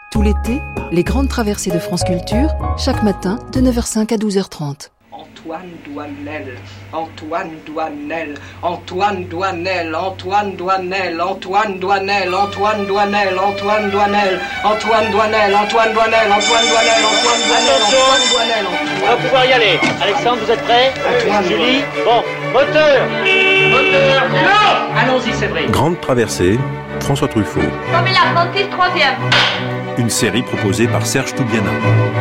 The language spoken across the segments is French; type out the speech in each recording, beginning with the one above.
Tout l'été, les grandes traversées de France Culture, chaque matin de 9h05 à 12h30. Antoine Doinel, Antoine Doinel, Antoine Doinel, Antoine Doinel, Antoine Doinel, Antoine Doinel, Antoine Doinel, Antoine Doinel, Antoine Doinel, Antoine Doinel, Antoine Doinel, Antoine Doinel. On va pouvoir y aller. Alexandre, vous êtes prêts? Julie? Bon, moteur! Moteur! Non! Allons-y, Séverine. Grande traversée, François Truffaut. Formidable, dentiste, 3e. Une série proposée par Serge Toubiana.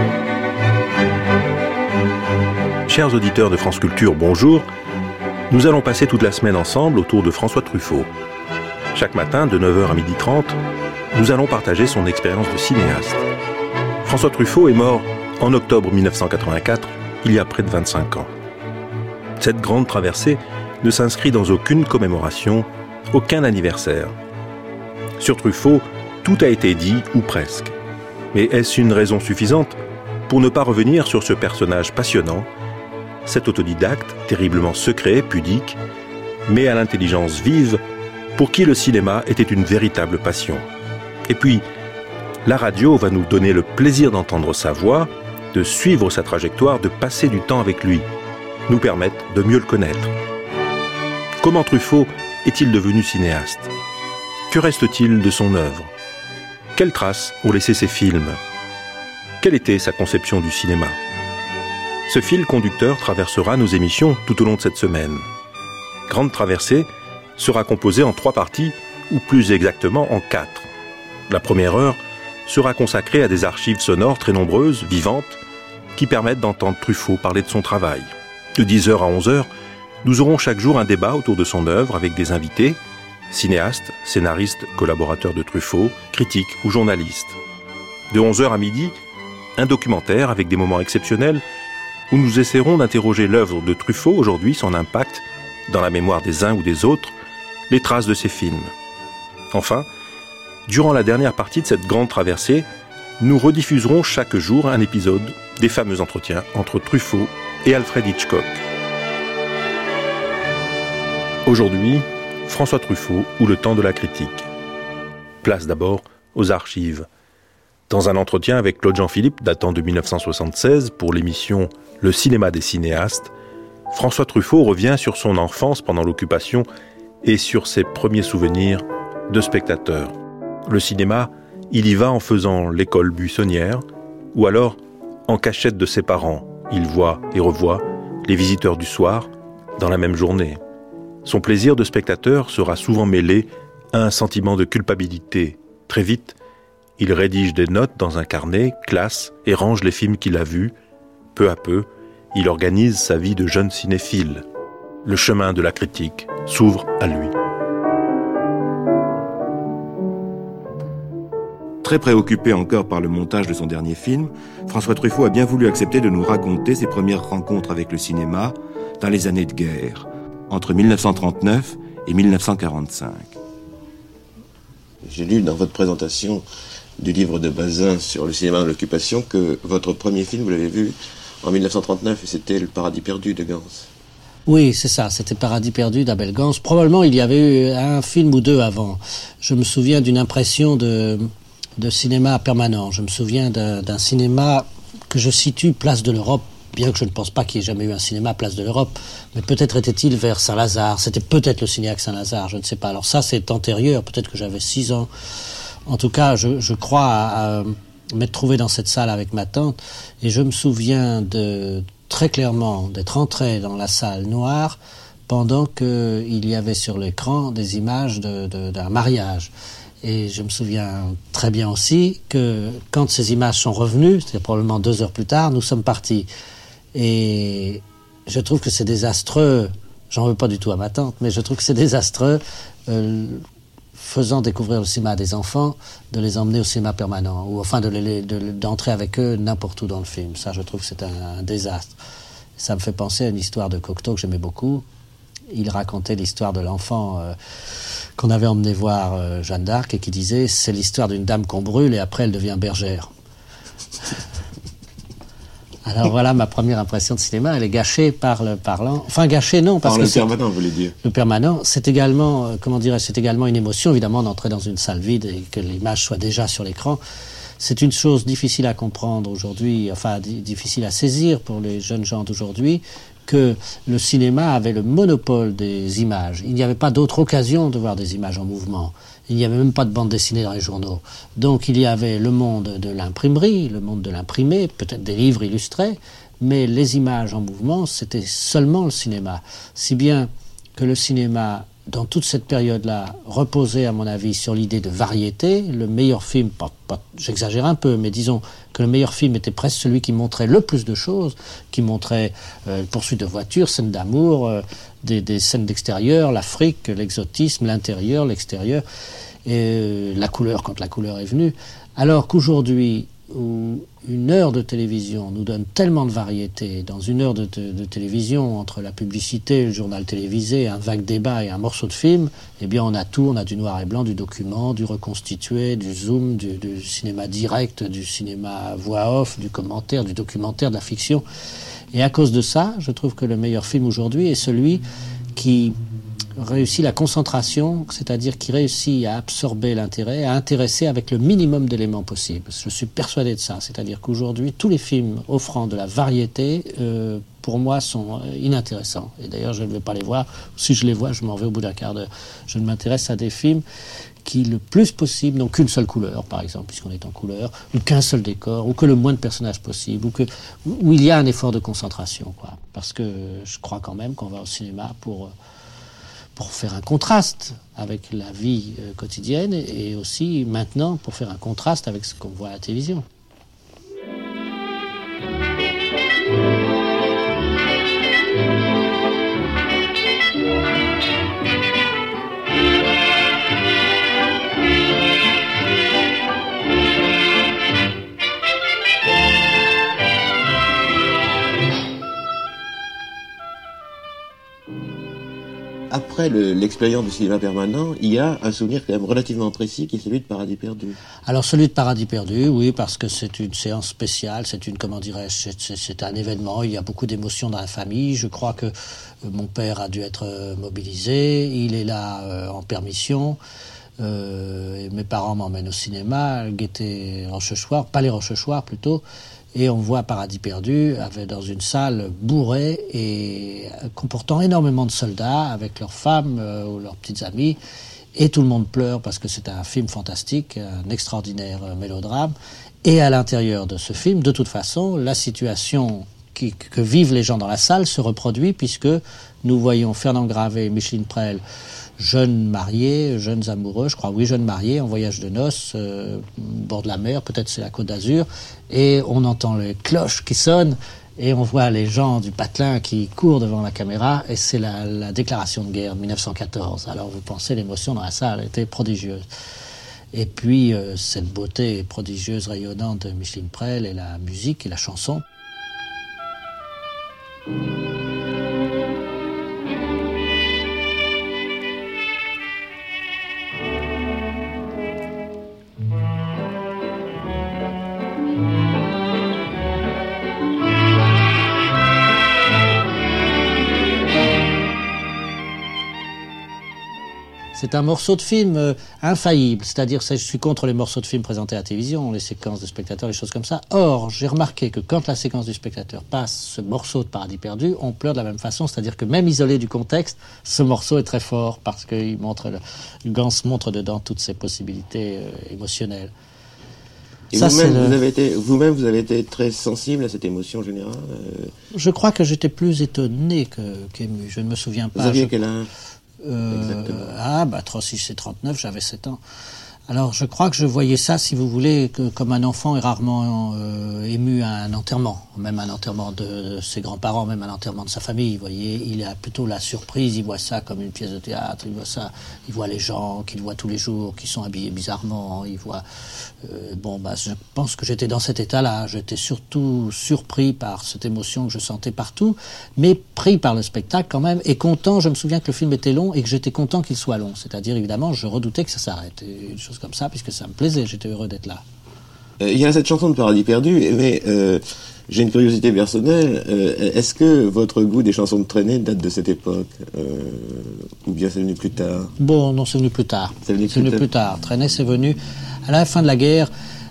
Chers auditeurs de France Culture, bonjour. Nous allons passer toute la semaine ensemble autour de François Truffaut. Chaque matin, de 9h à 12h30, nous allons partager son expérience de cinéaste. François Truffaut est mort en octobre 1984, il y a près de 25 ans. Cette grande traversée ne s'inscrit dans aucune commémoration, aucun anniversaire. Sur Truffaut, tout a été dit, ou presque. Mais est-ce une raison suffisante pour ne pas revenir sur ce personnage passionnant, cet autodidacte, terriblement secret, pudique, mais à l'intelligence vive, pour qui le cinéma était une véritable passion. Et puis, la radio va nous donner le plaisir d'entendre sa voix, de suivre sa trajectoire, de passer du temps avec lui, nous permettre de mieux le connaître. Comment Truffaut est-il devenu cinéaste ? Que reste-t-il de son œuvre ? Quelles traces ont laissé ses films ? Quelle était sa conception du cinéma ? Ce fil conducteur traversera nos émissions tout au long de cette semaine. Grande traversée sera composée en 3 parties, ou plus exactement en 4. La première heure sera consacrée à des archives sonores très nombreuses, vivantes, qui permettent d'entendre Truffaut parler de son travail. De 10h à 11h, nous aurons chaque jour un débat autour de son œuvre avec des invités, cinéastes, scénaristes, collaborateurs de Truffaut, critiques ou journalistes. De 11h à midi, un documentaire avec des moments exceptionnels où nous essaierons d'interroger l'œuvre de Truffaut aujourd'hui, son impact dans la mémoire des uns ou des autres, les traces de ses films. Enfin, durant la dernière partie de cette grande traversée, nous rediffuserons chaque jour un épisode des fameux entretiens entre Truffaut et Alfred Hitchcock. Aujourd'hui, François Truffaut ou le temps de la critique. Place d'abord aux archives. Dans un entretien avec Claude Jean-Philippe datant de 1976 pour l'émission Le cinéma des cinéastes, François Truffaut revient sur son enfance pendant l'occupation et sur ses premiers souvenirs de spectateur. Le cinéma, il y va en faisant l'école buissonnière ou alors en cachette de ses parents. Il voit et revoit les visiteurs du soir dans la même journée. Son plaisir de spectateur sera souvent mêlé à un sentiment de culpabilité. Très vite, il rédige des notes dans un carnet, classe et range les films qu'il a vus. Peu à peu, il organise sa vie de jeune cinéphile. Le chemin de la critique s'ouvre à lui. Très préoccupé encore par le montage de son dernier film, François Truffaut a bien voulu accepter de nous raconter ses premières rencontres avec le cinéma dans les années de guerre, entre 1939 et 1945. J'ai lu dans votre présentation du livre de Bazin sur le cinéma de l'occupation que votre premier film, vous l'avez vu en 1939, et c'était Le Paradis perdu de Gans. Oui, c'est ça, c'était Paradis perdu d'Abel Gans. Probablement, il y avait eu un film ou deux avant. Je me souviens d'une impression de cinéma permanent. Je me souviens d'un cinéma que je situe place de l'Europe, bien que je ne pense pas qu'il y ait jamais eu un cinéma place de l'Europe, mais peut-être était-il vers Saint-Lazare. C'était peut-être le Cinéaque Saint-Lazare, je ne sais pas. Alors ça, c'est antérieur, peut-être que j'avais 6 ans. En tout cas, je crois à m'être trouvé dans cette salle avec ma tante, et je me souviens très clairement d'être entré dans la salle noire pendant qu'il y avait sur l'écran des images d'un mariage. Et je me souviens très bien aussi que quand ces images sont revenues, c'était probablement 2 heures plus tard, nous sommes partis. Et je trouve que c'est désastreux, j'en veux pas du tout à ma tante, mais je trouve que c'est désastreux, faisant découvrir le cinéma à des enfants, de les emmener au cinéma permanent, ou enfin d'entrer avec eux n'importe où dans le film. Ça, je trouve que c'est un désastre. Ça me fait penser à une histoire de Cocteau que j'aimais beaucoup. Il racontait l'histoire de l'enfant qu'on avait emmené voir Jeanne d'Arc et qui disait « c'est l'histoire d'une dame qu'on brûle et après elle devient bergère ». Alors voilà ma première impression de cinéma, elle est gâchée par le parlant. Enfin gâchée non, parce par que le permanent, vous voulez dire. Le permanent, c'est également, c'est également une émotion évidemment d'entrer dans une salle vide et que l'image soit déjà sur l'écran. c'est une chose difficile à comprendre aujourd'hui, enfin difficile à saisir pour les jeunes gens d'aujourd'hui, que le cinéma avait le monopole des images. Il n'y avait pas d'autre occasion de voir des images en mouvement. Il n'y avait même pas de bande dessinée dans les journaux. Donc il y avait le monde de l'imprimerie, le monde de l'imprimé, peut-être des livres illustrés, mais les images en mouvement, c'était seulement le cinéma. Si bien que le cinéma, dans toute cette période-là, reposait, à mon avis, sur l'idée de variété. Le meilleur film, j'exagère un peu, mais disons que le meilleur film était presque celui qui montrait le plus de choses, qui montrait poursuite de voitures, scènes d'amour, des scènes d'extérieur, l'Afrique, l'exotisme, l'intérieur, l'extérieur, et la couleur quand la couleur est venue. Alors qu'aujourd'hui, où une heure de télévision nous donne tellement de variété, dans une heure de télévision, entre la publicité, le journal télévisé, un vague débat et un morceau de film, eh bien on a tout, on a du noir et blanc, du document, du reconstitué, du zoom, du cinéma direct, du cinéma voix off, du commentaire, du documentaire, de la fiction. Et à cause de ça, je trouve que le meilleur film aujourd'hui est celui qui réussit la concentration, c'est-à-dire qui réussit à absorber l'intérêt, à intéresser avec le minimum d'éléments possibles. Je suis persuadé de ça, c'est-à-dire qu'aujourd'hui, tous les films offrant de la variété, pour moi, sont inintéressants. Et d'ailleurs, je ne vais pas les voir. Si je les vois, je m'en vais au bout d'un quart d'heure. Je ne m'intéresse à des films qui, le plus possible, n'ont qu'une seule couleur, par exemple, puisqu'on est en couleur, ou qu'un seul décor, ou que le moins de personnages possible, où il y a un effort de concentration, quoi. Parce que je crois quand même qu'on va au cinéma pour faire un contraste avec la vie quotidienne et aussi maintenant pour faire un contraste avec ce qu'on voit à la télévision. Après l'expérience du cinéma permanent, il y a un souvenir quand même relativement précis qui est celui de Paradis perdu. Alors celui de Paradis perdu, oui, parce que c'est une séance spéciale, c'est un événement, il y a beaucoup d'émotions dans la famille. Je crois que mon père a dû être mobilisé, il est là en permission. Et mes parents m'emmènent au cinéma, Gaîté Rochechouart, Palais Rochechouart plutôt, et on voit Paradis perdu dans une salle bourrée et comportant énormément de soldats avec leurs femmes ou leurs petites amies, et tout le monde pleure parce que c'est un film fantastique, un extraordinaire mélodrame. Et à l'intérieur de ce film, de toute façon, la situation que vivent les gens dans la salle se reproduit, puisque nous voyons Fernand Gravet et Micheline Prel, jeunes mariés, jeunes amoureux, je crois, oui, jeunes mariés, en voyage de noces, au bord de la mer, peut-être c'est la Côte d'Azur, et on entend les cloches qui sonnent, et on voit les gens du patelin qui courent devant la caméra, et c'est la déclaration de guerre de 1914. Alors vous pensez, l'émotion dans la salle était prodigieuse. Et puis cette beauté prodigieuse, rayonnante de Micheline Prel, et la musique et la chanson. C'est un morceau de film infaillible, c'est-à-dire je suis contre les morceaux de film présentés à la télévision, les séquences de spectateurs, les choses comme ça. Or, j'ai remarqué que quand la séquence du spectateur passe ce morceau de Paradis perdu, on pleure de la même façon, c'est-à-dire que même isolé du contexte, ce morceau est très fort parce qu'il montre, Gans montre dedans toutes ses possibilités émotionnelles. Et vous-même, vous avez été très sensible à cette émotion générale Je crois que j'étais plus étonné qu'ému, je ne me souviens pas. Vous aviez quel âge exactement. 36 et 39, j'avais 7 ans. Alors je crois que je voyais ça, si vous voulez, comme un enfant est rarement ému à un enterrement, même un enterrement de ses grands-parents, même un enterrement de sa famille. Vous voyez, il a plutôt la surprise, il voit ça comme une pièce de théâtre, il voit les gens qu'il voit tous les jours, qui sont habillés bizarrement, il voit... je pense que j'étais dans cet état-là, j'étais surtout surpris par cette émotion que je sentais partout, mais pris par le spectacle quand même, et content. Je me souviens que le film était long et que j'étais content qu'il soit long, c'est-à-dire évidemment je redoutais que ça s'arrête, une chose comme ça, puisque ça me plaisait, j'étais heureux d'être là. Il y a cette chanson de Paradis perdu, mais j'ai une curiosité personnelle. Est-ce que votre goût des chansons de traînée date de cette époque ou bien c'est venu plus tard? Bon, non, c'est venu plus tard. C'est venu plus tard. Traînée, c'est venu à la fin de la guerre,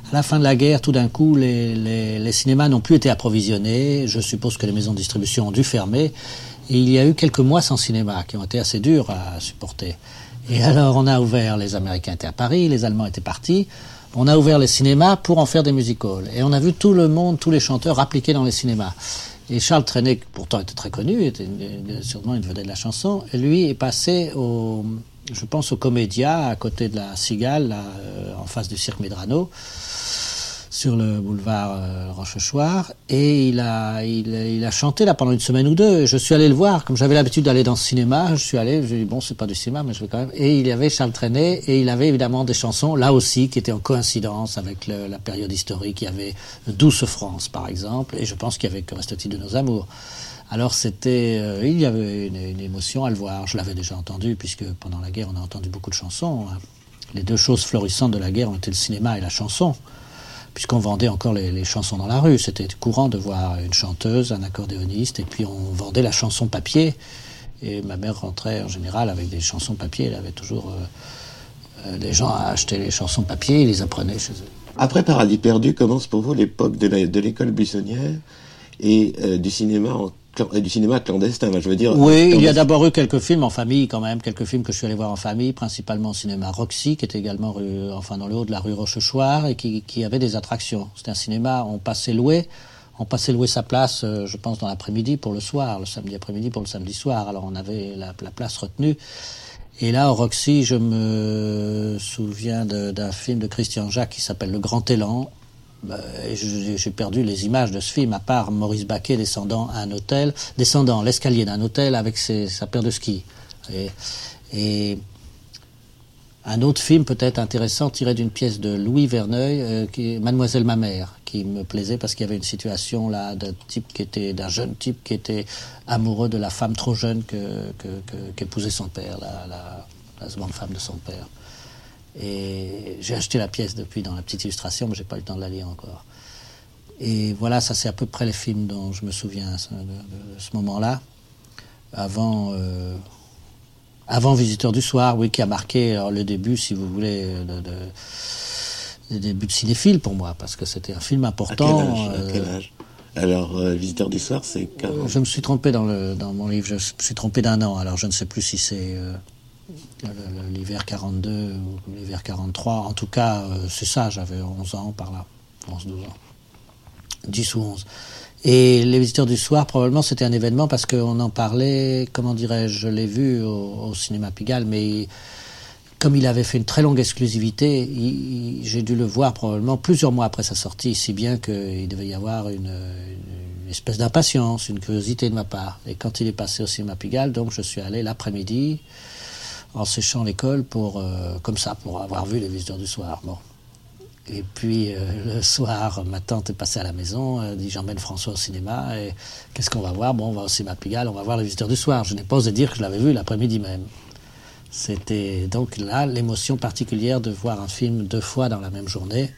À la fin de la guerre, tout d'un coup, les cinémas n'ont plus été approvisionnés. Je suppose que les maisons de distribution ont dû fermer. Et il y a eu quelques mois sans cinéma qui ont été assez durs à supporter. Et alors, on a ouvert, les Américains étaient à Paris, les Allemands étaient partis. On a ouvert les cinémas pour en faire des music-halls. Et on a vu tout le monde, tous les chanteurs appliqués dans les cinémas. Et Charles Trenet, qui pourtant était très connu, était sûrement une vedette de la chanson, lui est passé je pense au Comédia, à côté de la Cigale, là, en face du Cirque Medrano, sur le boulevard Rochechouart, et il a chanté là pendant une semaine ou deux. Je suis allé le voir, comme j'avais l'habitude d'aller dans ce cinéma, je suis allé, je lui ai dit bon, c'est pas du cinéma, mais je vais quand même. Et il y avait Charles Trenet, et il avait évidemment des chansons là aussi qui étaient en coïncidence avec la période historique. Il y avait Douce France par exemple, et je pense qu'il y avait Que reste-t-il de nos amours. Alors il y avait une émotion à le voir. Je l'avais déjà entendu puisque pendant la guerre on a entendu beaucoup de chansons. Les deux choses florissantes de la guerre ont été le cinéma et la chanson. Puisqu'on vendait encore les chansons dans la rue. C'était courant de voir une chanteuse, un accordéoniste, et puis on vendait la chanson papier. Et ma mère rentrait en général avec des chansons papier. Elle avait toujours des gens à acheter les chansons papier, ils les apprenaient chez eux. Après Paradis perdu, commence pour vous l'époque de l'école buissonnière et du cinéma clandestin, je veux dire. Oui, il y a d'abord eu quelques films en famille quand même, quelques films que je suis allé voir en famille, principalement au cinéma Roxy, qui était également dans le haut de la rue Rochechouart, et qui avait des attractions. C'était un cinéma, on passait louer sa place, je pense, dans l'après-midi pour le soir, le samedi après-midi pour le samedi soir. Alors on avait la place retenue. Et là, au Roxy, je me souviens d'un film de Christian Jacques qui s'appelle Le Grand Élan. J'ai perdu les images de ce film, à part Maurice Baquet descendant l'escalier d'un hôtel avec sa paire de skis. Et un autre film peut-être intéressant tiré d'une pièce de Louis Verneuil, qui est Mademoiselle ma mère, qui me plaisait parce qu'il y avait une situation là d'un jeune type qui était amoureux de la femme trop jeune qu'épousait son père, la seconde femme de son père. Et j'ai acheté la pièce depuis dans la petite illustration, mais j'ai pas eu le temps de la lire encore. Et voilà, ça c'est à peu près les films dont je me souviens de ce moment-là. Avant Visiteur du soir, oui, qui a marqué le début, si vous voulez, le début de cinéphile pour moi, parce que c'était un film important. À quel âge Alors, Visiteur du soir, c'est 40. Je me suis trompé dans mon livre, je me suis trompé d'un an, alors je ne sais plus si c'est l'hiver 42 ou l'hiver 43. En tout cas, c'est ça, j'avais 11 ans par là, 11-12 ans. 10 ou 11. Et Les Visiteurs du soir, probablement, c'était un événement parce qu'on en parlait, comment dirais-je, je l'ai vu au cinéma Pigalle, mais comme il avait fait une très longue exclusivité, j'ai dû le voir probablement plusieurs mois après sa sortie, si bien qu'il devait y avoir une espèce d'impatience, une curiosité de ma part. Et quand il est passé au cinéma Pigalle, donc je suis allé l'après-midi, en séchant l'école pour avoir vu Les Visiteurs du soir. Bon. Et puis le soir, ma tante est passée à la maison, dit j'emmène François au cinéma, et qu'est-ce qu'on va voir? Bon, on va au cinéma Pigalle, on va voir Les Visiteurs du soir. Je n'ai pas osé dire que je l'avais vu l'après-midi même. C'était donc là l'émotion particulière de voir un film 2 fois dans la même journée.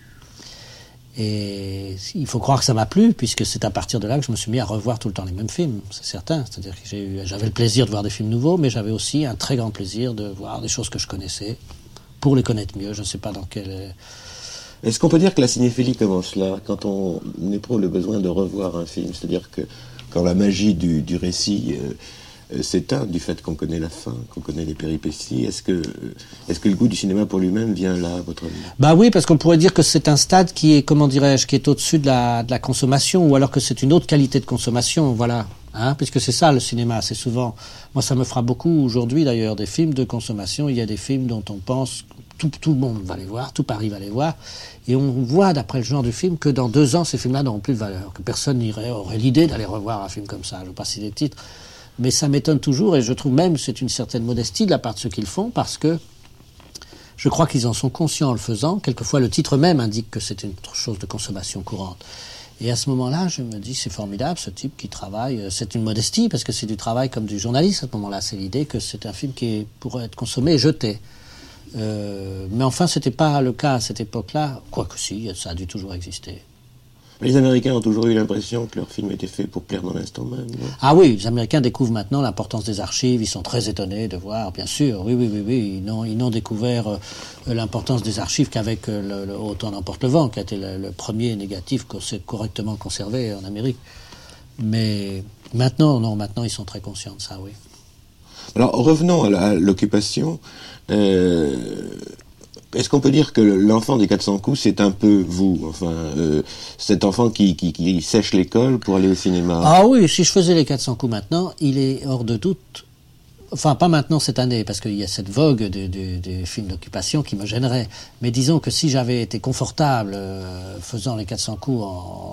Et il faut croire que ça m'a plu, puisque c'est à partir de là que je me suis mis à revoir tout le temps les mêmes films, c'est certain. C'est-à-dire que j'avais le plaisir de voir des films nouveaux, mais j'avais aussi un très grand plaisir de voir des choses que je connaissais, pour les connaître mieux. Je ne sais pas dans quel... Est-ce qu'on peut dire que la cinéphilie commence là, quand on éprouve le besoin de revoir un film? C'est-à-dire que quand la magie du récit s'éteint du fait qu'on connaît la fin, qu'on connaît les péripéties, est-ce que le goût du cinéma pour lui-même vient là, à votre avis? Bah oui, parce qu'on pourrait dire que c'est un stade qui est, comment dirais-je, qui est au-dessus de la consommation, ou alors que c'est une autre qualité de consommation, voilà. Puisque c'est ça le cinéma, c'est souvent... Moi ça me frappe beaucoup aujourd'hui d'ailleurs, des films de consommation, il y a des films dont on pense... Tout le monde va les voir, tout Paris va les voir, et on voit d'après le genre du film que dans 2 ans ces films-là n'auront plus de valeur, que personne aurait l'idée d'aller revoir un film comme ça. Je ne veux pas citer des titres, mais ça m'étonne toujours, et je trouve même que c'est une certaine modestie de la part de ceux qui le font, parce que je crois qu'ils en sont conscients en le faisant. Quelquefois le titre même indique que c'est une chose de consommation courante. Et à ce moment-là, je me dis, c'est formidable, ce type qui travaille, c'est une modestie, parce que c'est du travail comme du journaliste à ce moment-là, c'est l'idée que c'est un film qui pourrait être consommé et jeté. Mais enfin, c'était pas le cas à cette époque-là, quoique si, ça a dû toujours exister. Les Américains ont toujours eu l'impression que leur film était fait pour plaire dans l'instant même, non? Ah oui, les Américains découvrent maintenant l'importance des archives, ils sont très étonnés de voir, bien sûr, oui, ils n'ont découvert l'importance des archives qu'avec le Autant n'emporte le vent, qui a été le premier négatif correctement conservé en Amérique. Mais maintenant, ils sont très conscients de ça, oui. Alors, revenons à l'occupation. Est-ce qu'on peut dire que l'enfant des 400 coups, c'est un peu vous, enfin, cet enfant qui sèche l'école pour aller au cinéma? Ah oui, si je faisais les 400 coups maintenant, il est hors de doute, enfin pas maintenant cette année, parce qu'il y a cette vogue des films d'occupation qui me gênerait, mais disons que si j'avais été confortable faisant les 400 coups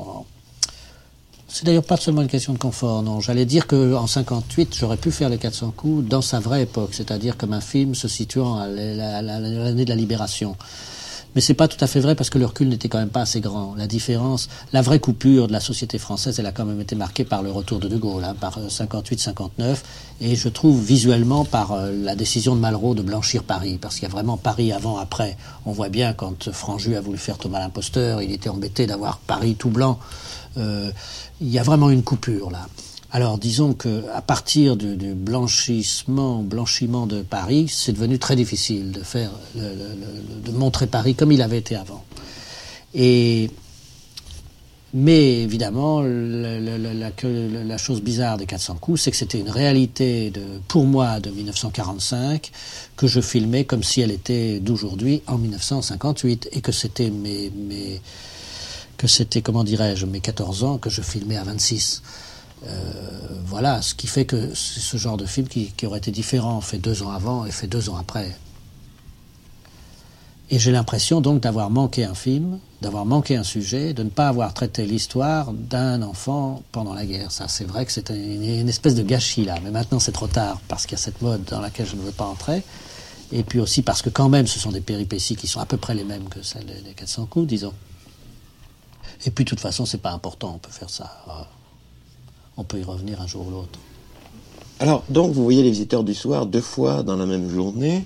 c'est d'ailleurs pas seulement une question de confort, non. J'allais dire qu'en 58, j'aurais pu faire les 400 coups dans sa vraie époque, c'est-à-dire comme un film se situant à l'année de la Libération. Mais c'est pas tout à fait vrai parce que le recul n'était quand même pas assez grand. La différence, la vraie coupure de la société française, elle a quand même été marquée par le retour de De Gaulle, par 58-59, et je trouve visuellement par la décision de Malraux de blanchir Paris, parce qu'il y a vraiment Paris avant, après. On voit bien quand Franju a voulu faire Thomas l'imposteur, il était embêté d'avoir Paris tout blanc. Il y a vraiment une coupure là. Alors disons qu'à partir du blanchiment de Paris, c'est devenu très difficile de faire, de montrer Paris comme il avait été avant. Mais évidemment, la chose bizarre des 400 coups, c'est que c'était une réalité pour moi de 1945 que je filmais comme si elle était d'aujourd'hui en 1958 et que c'était comment dirais-je, mes 14 ans que je filmais à 26. Voilà, ce qui fait que c'est ce genre de film qui aurait été différent, fait 2 ans avant et fait 2 ans après. Et j'ai l'impression donc d'avoir manqué un film, d'avoir manqué un sujet, de ne pas avoir traité l'histoire d'un enfant pendant la guerre. Ça, c'est vrai que c'est une espèce de gâchis là, mais maintenant c'est trop tard, parce qu'il y a cette mode dans laquelle je ne veux pas entrer, et puis aussi parce que quand même ce sont des péripéties qui sont à peu près les mêmes que celles des 400 coups, disons. Et puis, de toute façon, c'est pas important, on peut faire ça. On peut y revenir un jour ou l'autre. Alors, donc, vous voyez Les Visiteurs du Soir 2 fois dans la même journée,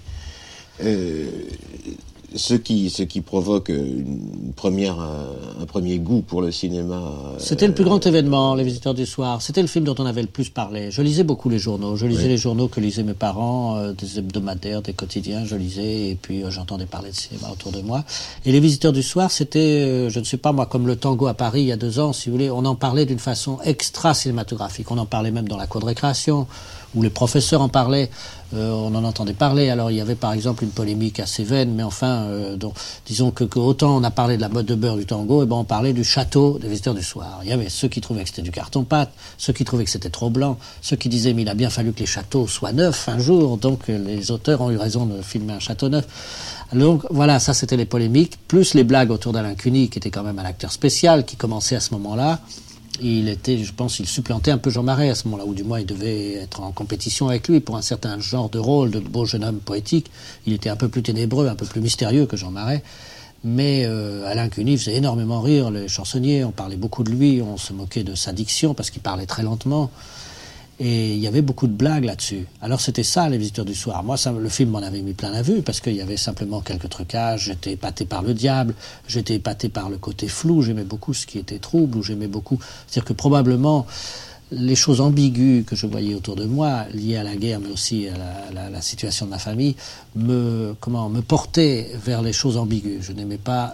ce qui provoque un premier goût pour le cinéma. C'était le plus grand événement, Les Visiteurs du Soir. C'était le film dont on avait le plus parlé. Je lisais beaucoup les journaux. Je lisais les journaux que lisaient mes parents, des hebdomadaires, des quotidiens, je lisais, et puis j'entendais parler de cinéma autour de moi. Et Les Visiteurs du Soir, c'était, je ne sais pas moi, comme le tango à Paris il y a 2 ans, si vous voulez, on en parlait d'une façon extra-cinématographique. On en parlait même dans la cour de récréation, où les professeurs en parlaient, on en entendait parler. Alors il y avait par exemple une polémique assez vaine, mais enfin, disons que autant on a parlé de la mode de beurre du tango, et ben on parlait du château des Visiteurs du Soir. Il y avait ceux qui trouvaient que c'était du carton-pâte, ceux qui trouvaient que c'était trop blanc, ceux qui disaient mais il a bien fallu que les châteaux soient neufs un jour, donc les auteurs ont eu raison de filmer un château neuf. Donc voilà, ça c'était les polémiques, plus les blagues autour d'Alain Cuny, qui était quand même un acteur spécial, qui commençait à ce moment-là. Il était, je pense, il supplantait un peu Jean Marais à ce moment-là, où du moins il devait être en compétition avec lui pour un certain genre de rôle de beau jeune homme poétique. Il était un peu plus ténébreux, un peu plus mystérieux que Jean Marais. Mais Alain Cuny faisait énormément rire les chansonniers, on parlait beaucoup de lui, on se moquait de sa diction parce qu'il parlait très lentement. Et il y avait beaucoup de blagues là-dessus. Alors c'était ça, Les Visiteurs du Soir. Moi, le film m'en avait mis plein la vue, parce qu'il y avait simplement quelques trucages. J'étais épaté par le diable, j'étais épaté par le côté flou, j'aimais beaucoup ce qui était trouble, ou j'aimais beaucoup... C'est-à-dire que probablement, les choses ambiguës que je voyais autour de moi, liées à la guerre, mais aussi à la situation de ma famille, me portaient vers les choses ambiguës. Je n'aimais pas,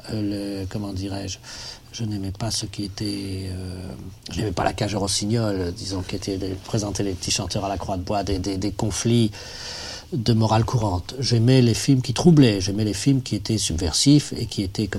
je n'aimais pas ce qui était... je n'aimais pas la cage aux rossignols, disons, qui était de présenter les petits chanteurs à la croix de bois, des conflits de morale courante. J'aimais les films qui troublaient, j'aimais les films qui étaient subversifs et qui étaient,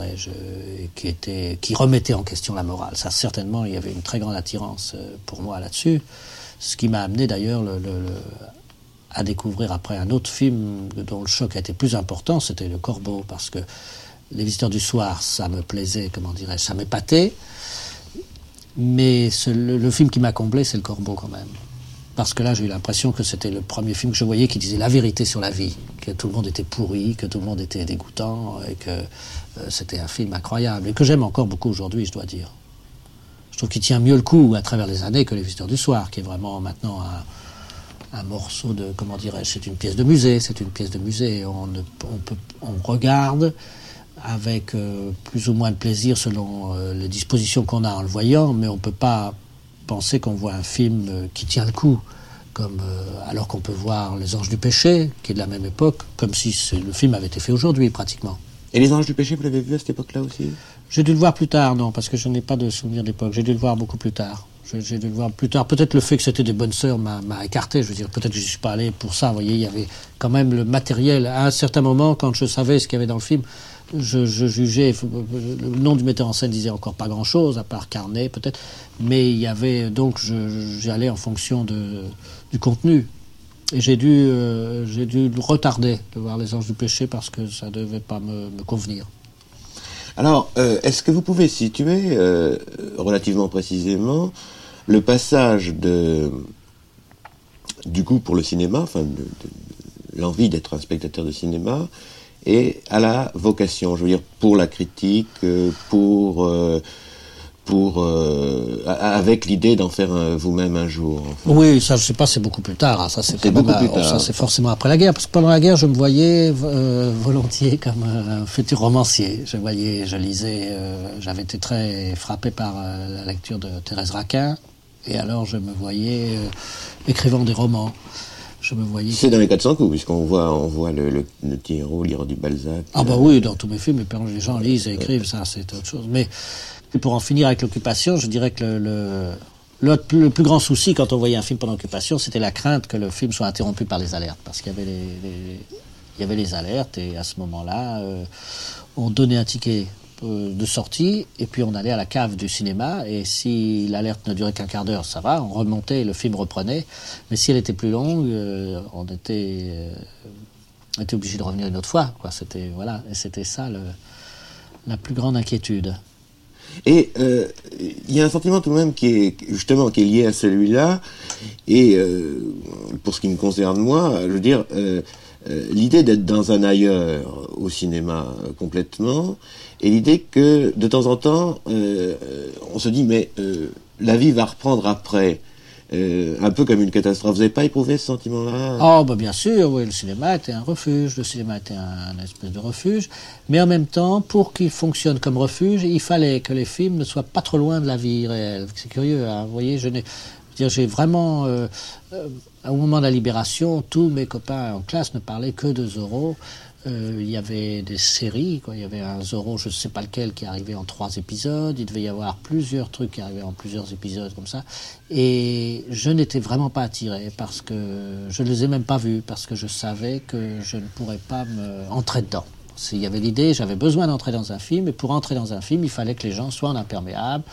qui remettaient en question la morale. Ça, certainement, il y avait une très grande attirance pour moi là-dessus. Ce qui m'a amené d'ailleurs à découvrir après un autre film dont le choc a été plus important, c'était Le Corbeau, parce que Les Visiteurs du Soir, ça me plaisait, ça m'épatait, mais le film qui m'a comblé, c'est Le Corbeau quand même. Parce que là, j'ai eu l'impression que c'était le premier film que je voyais qui disait la vérité sur la vie, que tout le monde était pourri, que tout le monde était dégoûtant, et que c'était un film incroyable, et que j'aime encore beaucoup aujourd'hui, je dois dire. Je trouve qu'il tient mieux le coup à travers les années que Les Visiteurs du Soir, qui est vraiment maintenant un morceau de, c'est une pièce de musée, On regarde avec plus ou moins de plaisir selon les dispositions qu'on a en le voyant, mais on ne peut pas penser qu'on voit un film qui tient le coup, comme, alors qu'on peut voir Les Anges du Péché, qui est de la même époque, comme si le film avait été fait aujourd'hui pratiquement. Et Les Anges du Péché, vous l'avez vu à cette époque-là aussi? J'ai dû le voir plus tard, non, parce que je n'ai pas de souvenir d'époque. J'ai dû le voir beaucoup plus tard. J'ai dû le voir plus tard. Peut-être le fait que c'était des bonnes sœurs m'a écarté. Je veux dire, peut-être que je ne suis pas allé pour ça. Vous voyez, il y avait quand même le matériel. À un certain moment, quand je savais ce qu'il y avait dans le film, je jugeais. Le nom du metteur en scène disait encore pas grand-chose, à part Carnet, peut-être. Mais il y avait. Donc, j'allais en fonction du contenu. Et j'ai dû le retarder de voir Les Anges du Péché parce que ça ne devait pas me convenir. Alors, est-ce que vous pouvez situer relativement précisément le passage du goût pour le cinéma, enfin de l'envie d'être un spectateur de cinéma, et à la vocation, je veux dire, pour la critique, avec l'idée d'en faire vous-même un jour? Enfin. Oui, ça, je sais pas, c'est beaucoup plus tard. Hein. Ça, c'est beaucoup plus tard. Ça, c'est forcément après la guerre, parce que pendant la guerre, je me voyais volontiers comme un futur romancier. Je lisais, j'avais été très frappé par la lecture de Thérèse Raquin, et alors je me voyais écrivant des romans. Je me voyais. C'est dans les 400 coups, puisqu'on voit le petit héros lire du Balzac. Ah bah oui, dans tous mes films, les gens lisent et écrivent, ça, c'est autre chose. Mais pour en finir avec l'occupation, je dirais que le plus grand souci quand on voyait un film pendant l'occupation, c'était la crainte que le film soit interrompu par les alertes. Parce qu'il y avait les alertes, et à ce moment-là, on donnait un ticket de sortie, et puis on allait à la cave du cinéma, et si l'alerte ne durait qu'un quart d'heure, ça va, on remontait, le film reprenait. Mais si elle était plus longue, on était obligé de revenir une autre fois, quoi. C'était, voilà, et c'était ça la plus grande inquiétude. Et il y a un sentiment tout de même qui est lié à celui-là, et pour ce qui me concerne moi, je veux dire, l'idée d'être dans un ailleurs au cinéma complètement, et l'idée que de temps en temps on se dit mais la vie va reprendre après, un peu comme une catastrophe. Vous n'avez pas éprouvé ce sentiment-là? Oh, bah bien sûr, oui, le cinéma était un refuge, le cinéma était un espèce de refuge, mais en même temps, pour qu'il fonctionne comme refuge, il fallait que les films ne soient pas trop loin de la vie réelle. C'est curieux, hein, vous voyez, j'ai vraiment, au moment de la Libération, tous mes copains en classe ne parlaient que de Zorro. Il y avait des séries, quoi. Il y avait un Zorro, je ne sais pas lequel, qui arrivait en 3 épisodes. Il devait y avoir plusieurs trucs qui arrivaient en plusieurs épisodes comme ça. Et je n'étais vraiment pas attiré parce que je ne les ai même pas vus, parce que je savais que je ne pourrais pas entrer dedans. Il y avait l'idée, j'avais besoin d'entrer dans un film, et pour entrer dans un film, il fallait que les gens soient en imperméable.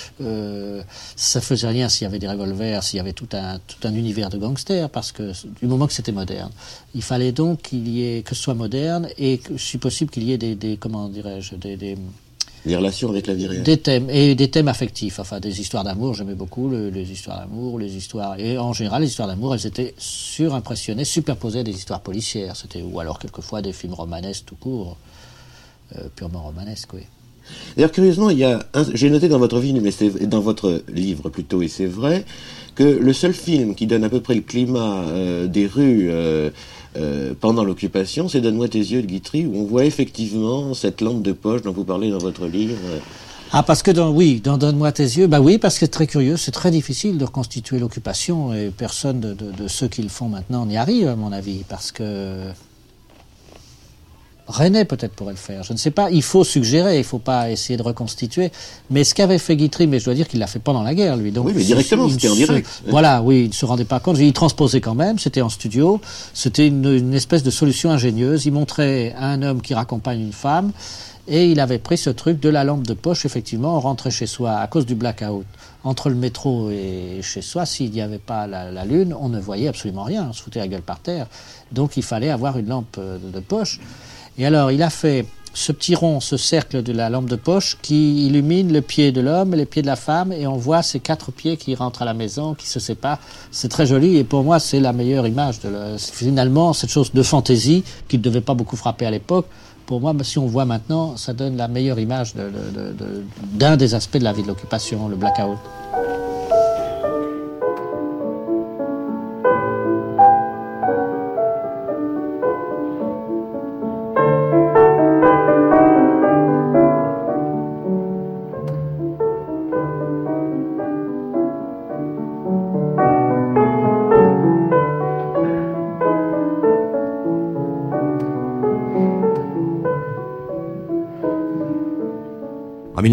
Ça faisait rien s'il y avait des revolvers, s'il y avait tout un univers de gangsters, parce que du moment que c'était moderne, il fallait donc que ce soit moderne, et que, si possible, qu'il y ait des comment dirais-je, des relations avec la vie réelle. Des thèmes affectifs, enfin des histoires d'amour, j'aimais beaucoup les histoires d'amour, et en général les histoires d'amour, elles étaient surimpressionnées, superposées à des histoires policières, ou alors quelquefois des films romanesques tout court, purement romanesques, oui. D'ailleurs, curieusement, j'ai noté dans votre livre, dans votre livre plutôt, et c'est vrai, que le seul film qui donne à peu près le climat des rues pendant l'occupation, c'est Donne-moi tes yeux de Guitry, où on voit effectivement cette lampe de poche dont vous parlez dans votre livre. Ah, parce que dans Donne-moi tes yeux, bah oui, parce que c'est très curieux, c'est très difficile de reconstituer l'occupation, et personne de ceux qui le font maintenant n'y arrive, à mon avis, parce que René peut-être pourrait le faire, je ne sais pas, il faut suggérer, il ne faut pas essayer de reconstituer, mais ce qu'avait fait Guitry, mais je dois dire qu'il l'a fait pendant la guerre, lui. Donc, oui, mais directement, c'était en direct. Voilà, oui, il ne se rendait pas compte, il transposait quand même, c'était en studio, c'était une espèce de solution ingénieuse, il montrait un homme qui raccompagne une femme, et il avait pris ce truc de la lampe de poche, effectivement, on rentrait chez soi à cause du blackout. Entre le métro et chez soi, s'il n'y avait pas la lune, on ne voyait absolument rien, on se foutait la gueule par terre, donc il fallait avoir une lampe de poche. Et alors, il a fait ce petit rond, ce cercle de la lampe de poche qui illumine le pied de l'homme et les pieds de la femme, et on voit ces 4 pieds qui rentrent à la maison, qui se séparent. C'est très joli, et pour moi, c'est la meilleure image. Finalement, cette chose de fantaisie qui ne devait pas beaucoup frapper à l'époque, pour moi, si on voit maintenant, ça donne la meilleure image d'un des aspects de la vie de l'occupation, le blackout.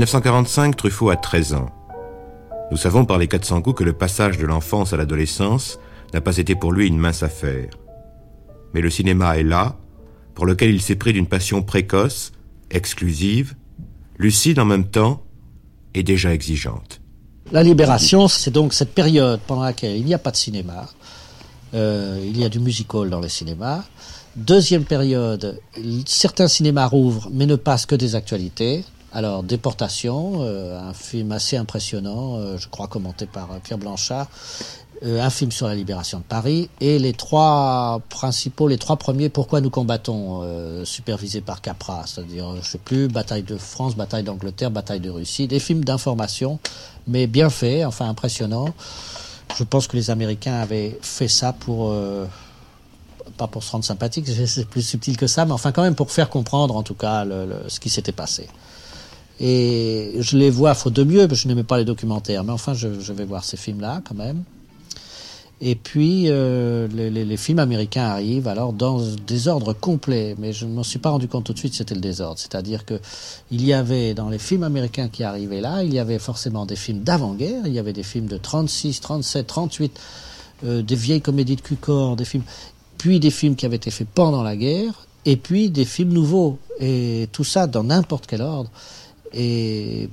1945, Truffaut a 13 ans. Nous savons par les 400 coups que le passage de l'enfance à l'adolescence n'a pas été pour lui une mince affaire. Mais le cinéma est là, pour lequel il s'est pris d'une passion précoce, exclusive, lucide en même temps et déjà exigeante. La Libération, c'est donc cette période pendant laquelle il n'y a pas de cinéma. Il y a du music-hall dans les cinémas. Deuxième période, certains cinémas rouvrent, mais ne passent que des actualités. Alors, Déportation, un film assez impressionnant, je crois commenté par Pierre Blanchard, un film sur la libération de Paris, et les trois premiers, Pourquoi nous combattons, supervisés par Capra, c'est-à-dire, je sais plus, Bataille de France, Bataille d'Angleterre, Bataille de Russie, des films d'information, mais bien faits, enfin impressionnants. Je pense que les Américains avaient fait ça pour... pas pour se rendre sympathique, c'est plus subtil que ça, mais enfin quand même pour faire comprendre en tout cas ce qui s'était passé. Et je les vois faute de mieux, parce que je n'aimais pas les documentaires, mais enfin je vais voir ces films-là quand même. Et puis les films américains arrivent alors dans des ordres complets, mais je ne m'en suis pas rendu compte tout de suite, c'était le désordre. C'est-à-dire que il y avait dans les films américains qui arrivaient là, il y avait forcément des films d'avant-guerre, il y avait des films de 36, 37, 38, des vieilles comédies de Cukor, des films, puis des films qui avaient été faits pendant la guerre, et puis des films nouveaux, et tout ça dans n'importe quel ordre. Et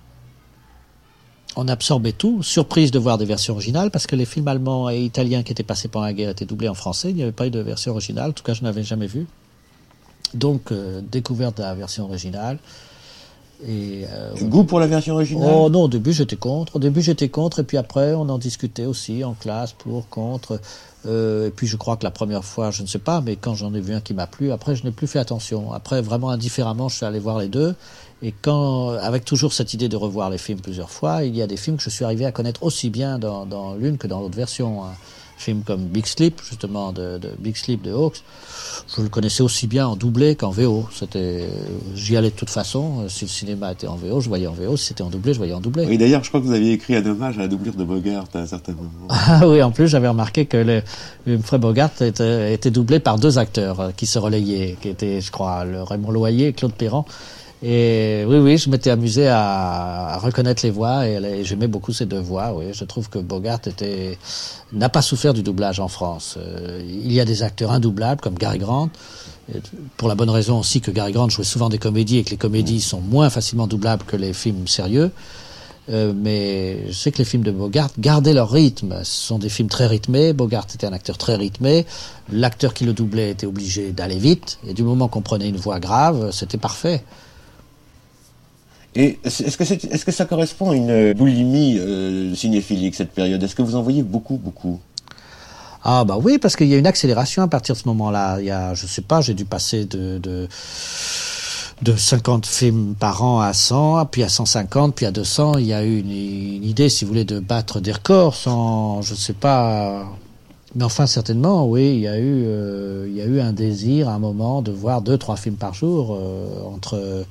on absorbait tout, surprise de voir des versions originales, parce que les films allemands et italiens qui étaient passés pendant la guerre étaient doublés en français, il n'y avait pas eu de version originale, en tout cas je n'avais jamais vu. Donc découverte de la version originale. Et, goût pour la version originale? Oh non, au début j'étais contre, et puis après on en discutait aussi en classe, pour, contre. Et puis je crois que la première fois, je ne sais pas, mais quand j'en ai vu un qui m'a plu, après je n'ai plus fait attention. Après, vraiment indifféremment, je suis allé voir les deux. Et avec toujours cette idée de revoir les films plusieurs fois, il y a des films que je suis arrivé à connaître aussi bien dans l'une que dans l'autre version. Un film comme Big Sleep, justement, de Big Sleep de Hawks, je le connaissais aussi bien en doublé qu'en VO. J'y allais de toute façon. Si le cinéma était en VO, je voyais en VO. Si c'était en doublé, je voyais en doublé. Oui, d'ailleurs, je crois que vous aviez écrit un hommage à la doublure de Bogart à un certain moment. Ah oui, en plus, j'avais remarqué que Humphrey Bogart était doublé par deux acteurs qui se relayaient, qui étaient, je crois, Raymond Loyer et Claude Perrand. Et oui, je m'étais amusé à reconnaître les voix et j'aimais beaucoup ces deux voix. Oui, je trouve que Bogart n'a pas souffert du doublage en France. Il y a des acteurs indoublables comme Gary Grant, pour la bonne raison aussi que Gary Grant jouait souvent des comédies et que les comédies sont moins facilement doublables que les films sérieux. Mais je sais que les films de Bogart gardaient leur rythme. Ce sont des films très rythmés. Bogart était un acteur très rythmé. L'acteur qui le doublait était obligé d'aller vite. Et du moment qu'on prenait une voix grave, c'était parfait. Et est-ce que ça correspond à une boulimie cinéphilique, cette période? Est-ce que vous en voyez beaucoup? Ah bah oui, parce qu'il y a une accélération à partir de ce moment-là. Il y a, je sais pas, j'ai dû passer de 50 films par an à 100, puis à 150, puis à 200. Il y a eu une idée, si vous voulez, de battre des records sans, je sais pas... Mais enfin, certainement, oui, il y a eu un désir, à un moment, de voir 2-3 films par jour, entre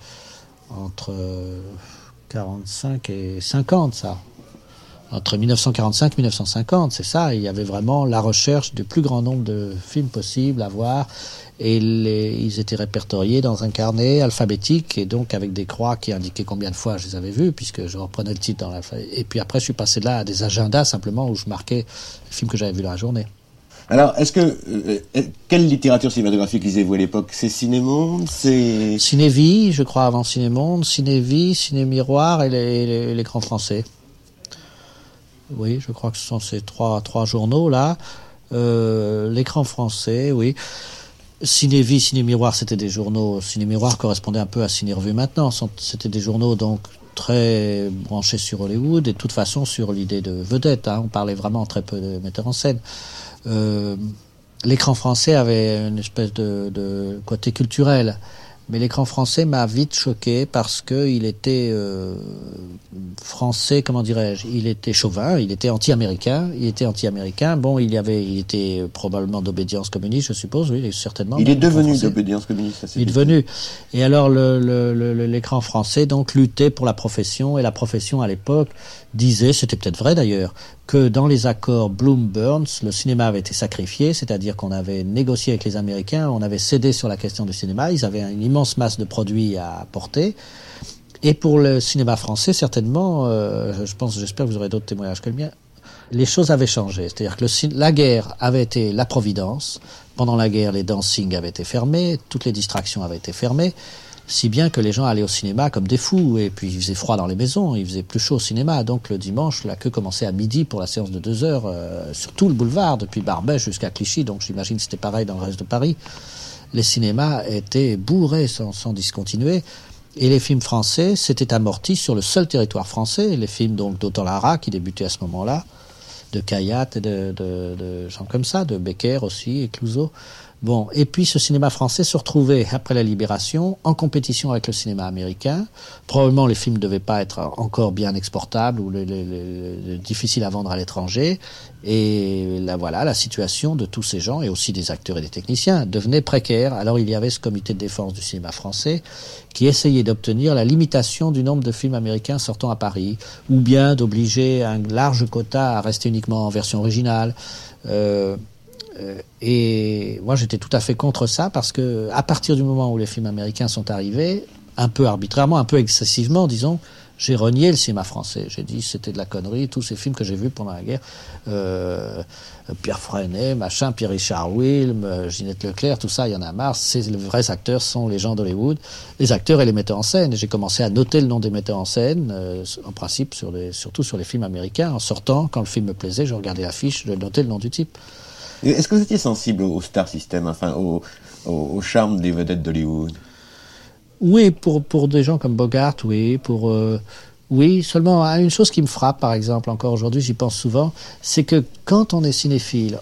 45 et 50, ça. Entre 1945 et 1950, c'est ça. Il y avait vraiment la recherche du plus grand nombre de films possibles à voir. Et ils étaient répertoriés dans un carnet alphabétique, et donc avec des croix qui indiquaient combien de fois je les avais vus, puisque je reprenais le titre dans l'alphabet. Et puis après, je suis passé de là à des agendas, simplement, où je marquais les films que j'avais vus dans la journée. Alors, quelle littérature cinématographique lisez-vous à l'époque? C'est Ciné-Monde, c'est... Ciné-Vie, je crois, avant Ciné-Monde, Ciné-Vie, Ciné-Miroir et l'écran français. Oui, je crois que ce sont ces trois journaux-là. L'écran français, oui. Ciné-Vie, Ciné-Miroir, c'était des journaux... Ciné-Miroir correspondait un peu à Ciné-Revue maintenant. C'était des journaux, donc, très branchés sur Hollywood, et de toute façon sur l'idée de vedette. On parlait vraiment très peu de metteurs en scène. L'écran français avait une espèce de côté culturel, mais l'écran français m'a vite choqué parce que il était français, comment dirais-je, il était chauvin, il était anti-américain. Bon, il était probablement d'obédience communiste, je suppose, oui, certainement. Il est devenu d'obédience communiste, ça. Il est devenu. Et alors l'écran français donc luttait pour la profession, et la profession à l'époque disait, c'était peut-être vrai d'ailleurs, que dans les accords Bloom-Burns, le cinéma avait été sacrifié, c'est-à-dire qu'on avait négocié avec les Américains, on avait cédé sur la question du cinéma, ils avaient une immense masse de produits à apporter, Et pour le cinéma français, certainement, j'espère que vous aurez d'autres témoignages que le mien, les choses avaient changé. C'est-à-dire que la guerre avait été la providence. Pendant la guerre, les dancings avaient été fermés, toutes les distractions avaient été fermées, si bien que les gens allaient au cinéma comme des fous. Et puis il faisait froid dans les maisons, il faisait plus chaud au cinéma. Donc le dimanche, la queue commençait à midi pour la séance de 2 heures, sur tout le boulevard, depuis Barbès jusqu'à Clichy. Donc j'imagine que c'était pareil dans le reste de Paris. Les cinémas étaient bourrés sans discontinuer. Et les films français s'étaient amortis sur le seul territoire français. Les films donc d'Autant Lara, qui débutaient à ce moment-là, de Kayat et de gens comme ça, de Becker aussi, et Clouzot. Bon, et puis ce cinéma français se retrouvait, après la Libération, en compétition avec le cinéma américain. Probablement les films ne devaient pas être encore bien exportables ou difficiles à vendre à l'étranger. Et là, voilà, la situation de tous ces gens, et aussi des acteurs et des techniciens, devenait précaire. Alors il y avait ce comité de défense du cinéma français qui essayait d'obtenir la limitation du nombre de films américains sortant à Paris, ou bien d'obliger un large quota à rester uniquement en version originale. Et moi j'étais tout à fait contre ça, parce que à partir du moment où les films américains sont arrivés, un peu arbitrairement, un peu excessivement, disons, j'ai renié le cinéma français. J'ai dit c'était de la connerie, tous ces films que j'ai vus pendant la guerre, Pierre Freinet, machin, Pierre-Richard Wilm, Ginette Leclerc, tout ça, il y en a marre. Les vrais acteurs sont les gens d'Hollywood, les acteurs et les metteurs en scène. Et j'ai commencé à noter le nom des metteurs en scène, en principe surtout sur les films américains. En sortant, quand le film me plaisait, je regardais l'affiche, je notais le nom du type. Est-ce que vous étiez sensible au star system, enfin au charme des vedettes d'Hollywood? Oui, pour des gens comme Bogart, oui. Oui, seulement une chose qui me frappe, par exemple, encore aujourd'hui, j'y pense souvent, c'est que quand on est cinéphile,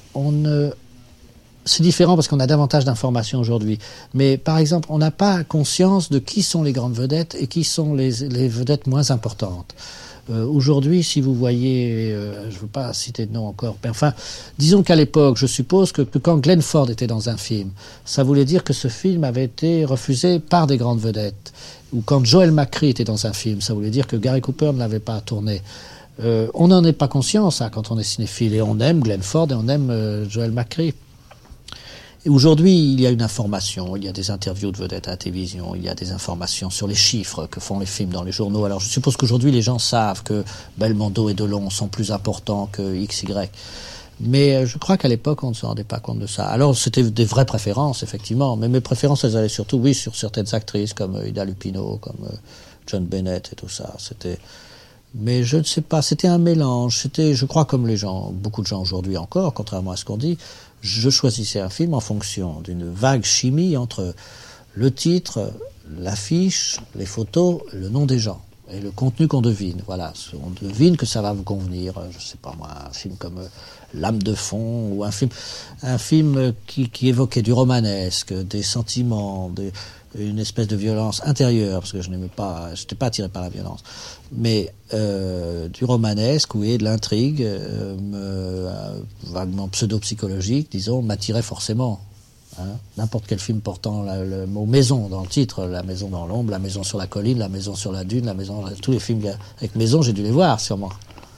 c'est différent parce qu'on a davantage d'informations aujourd'hui. Mais par exemple, on n'a pas conscience de qui sont les grandes vedettes et qui sont les vedettes moins importantes. Aujourd'hui, si vous voyez, je ne veux pas citer de nom encore, mais enfin, disons qu'à l'époque, je suppose que quand Glenn Ford était dans un film, ça voulait dire que ce film avait été refusé par des grandes vedettes. Ou quand Joel McCrea était dans un film, ça voulait dire que Gary Cooper ne l'avait pas tourné. On n'en est pas conscient, ça, quand on est cinéphile, et on aime Glenn Ford et on aime Joel McCrea. Et aujourd'hui, il y a une information, il y a des interviews de vedettes à la télévision, il y a des informations sur les chiffres que font les films dans les journaux. Alors je suppose qu'aujourd'hui, les gens savent que Belmondo et Delon sont plus importants que XY. Mais je crois qu'à l'époque, on ne se rendait pas compte de ça. Alors c'était des vraies préférences, effectivement, mais mes préférences, elles allaient surtout, oui, sur certaines actrices comme Ida Lupino, comme John Bennett et tout ça. Mais je ne sais pas, c'était un mélange. Je crois, comme beaucoup de gens aujourd'hui encore, contrairement à ce qu'on dit, je choisissais un film en fonction d'une vague chimie entre le titre, l'affiche, les photos, le nom des gens et le contenu qu'on devine. Voilà, on devine que ça va vous convenir. Je sais pas moi, un film comme L'âme de fond, ou un film qui évoquait du romanesque, des sentiments, une espèce de violence intérieure, parce que je n'étais pas attiré par la violence, mais du romanesque, oui, de l'intrigue, vaguement pseudo-psychologique, disons, m'attirait forcément. N'importe quel film portant le mot maison dans le titre, la maison dans l'ombre, la maison sur la colline, la maison sur la dune, tous les films avec maison, j'ai dû les voir sûrement.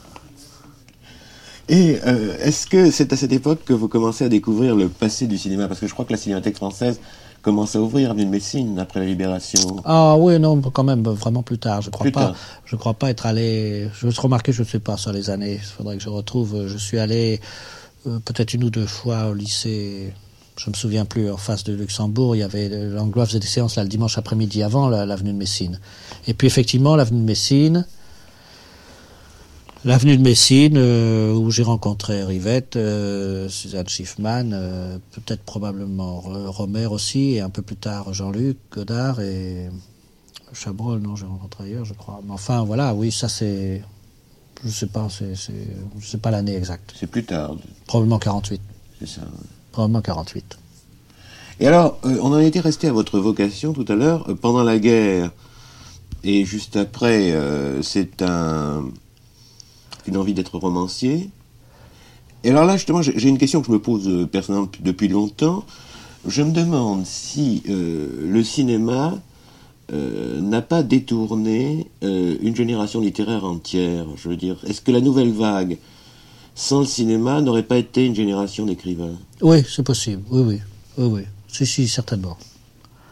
Et est-ce que c'est à cette époque que vous commencez à découvrir le passé du cinéma? Parce que je crois que la Cinémathèque française commence à ouvrir avenue de Messine après la Libération. Ah oui, non, quand même, vraiment plus tard. Je crois pas être allé. Je me suis remarqué, je ne sais pas sur les années. Il faudrait que je retrouve. Je suis allé peut-être 1 ou 2 fois au lycée. Je me souviens plus. En face de Luxembourg, il y avait l'Anglois faisait des séances là le dimanche après-midi avant l'avenue de Messine. Et puis effectivement, l'avenue de Messine. L'avenue de Messine, où j'ai rencontré Rivette, Suzanne Schiffman, peut-être probablement Romer aussi, et un peu plus tard Jean-Luc Godard et Chabrol, non, j'ai rencontré ailleurs, je crois. Mais enfin, voilà, oui, ça c'est... Je sais pas l'année exacte. C'est plus tard. Probablement 48. C'est ça. Probablement 48. Et alors, on en était resté à votre vocation tout à l'heure. Pendant la guerre, et juste après, c'est une envie d'être romancier. Et alors là, justement, j'ai une question que je me pose personnellement depuis longtemps. Je me demande si le cinéma n'a pas détourné une génération littéraire entière. Je veux dire, est-ce que la nouvelle vague, sans le cinéma, n'aurait pas été une génération d'écrivains? Oui, c'est possible. Oui. Si, certainement.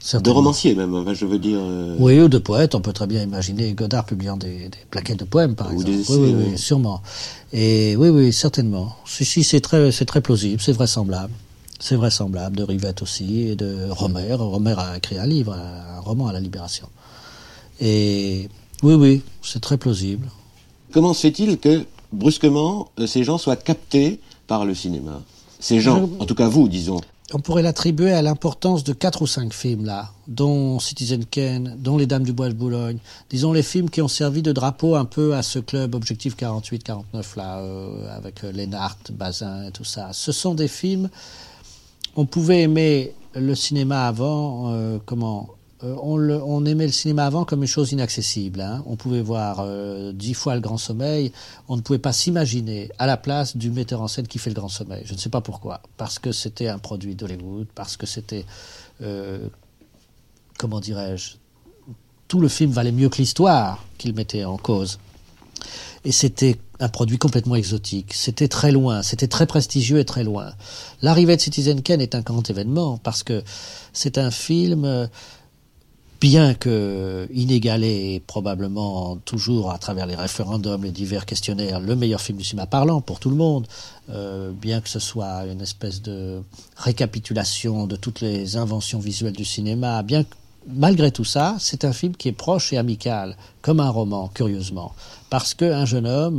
De romanciers même, enfin, je veux dire... Oui, ou de poètes. On peut très bien imaginer Godard publiant des plaquettes de poèmes, par exemple. Des essais, oui, sûrement. Et oui, certainement. Si, c'est très plausible, c'est vraisemblable. C'est vraisemblable, de Rivette aussi, et de Romer. Romer a écrit un livre, un roman à la Libération. Et oui, c'est très plausible. Comment se fait-il que, brusquement, ces gens soient captés par le cinéma? Ces gens, en tout cas vous, disons. On pourrait l'attribuer à l'importance de 4 ou 5 films, là, dont Citizen Kane, dont Les Dames du Bois de Boulogne. Disons les films qui ont servi de drapeau un peu à ce club Objectif 48-49, là, avec Lénart, Bazin et tout ça. Ce sont des films... On pouvait aimer le cinéma avant, on aimait le cinéma avant comme une chose inaccessible. Hein. On pouvait voir 10 fois Le Grand Sommeil, on ne pouvait pas s'imaginer à la place du metteur en scène qui fait Le Grand Sommeil. Je ne sais pas pourquoi. Parce que c'était un produit d'Hollywood, parce que c'était, comment dirais-je, tout le film valait mieux que l'histoire qu'il mettait en cause. Et c'était un produit complètement exotique. C'était très loin, c'était très prestigieux et très loin. L'arrivée de Citizen Kane est un grand événement parce que c'est un film, bien que inégalé et probablement toujours à travers les référendums, les divers questionnaires, le meilleur film du cinéma parlant pour tout le monde, bien que ce soit une espèce de récapitulation de toutes les inventions visuelles du cinéma, bien que malgré tout ça, c'est un film qui est proche et amical, comme un roman, curieusement. Parce qu'un jeune homme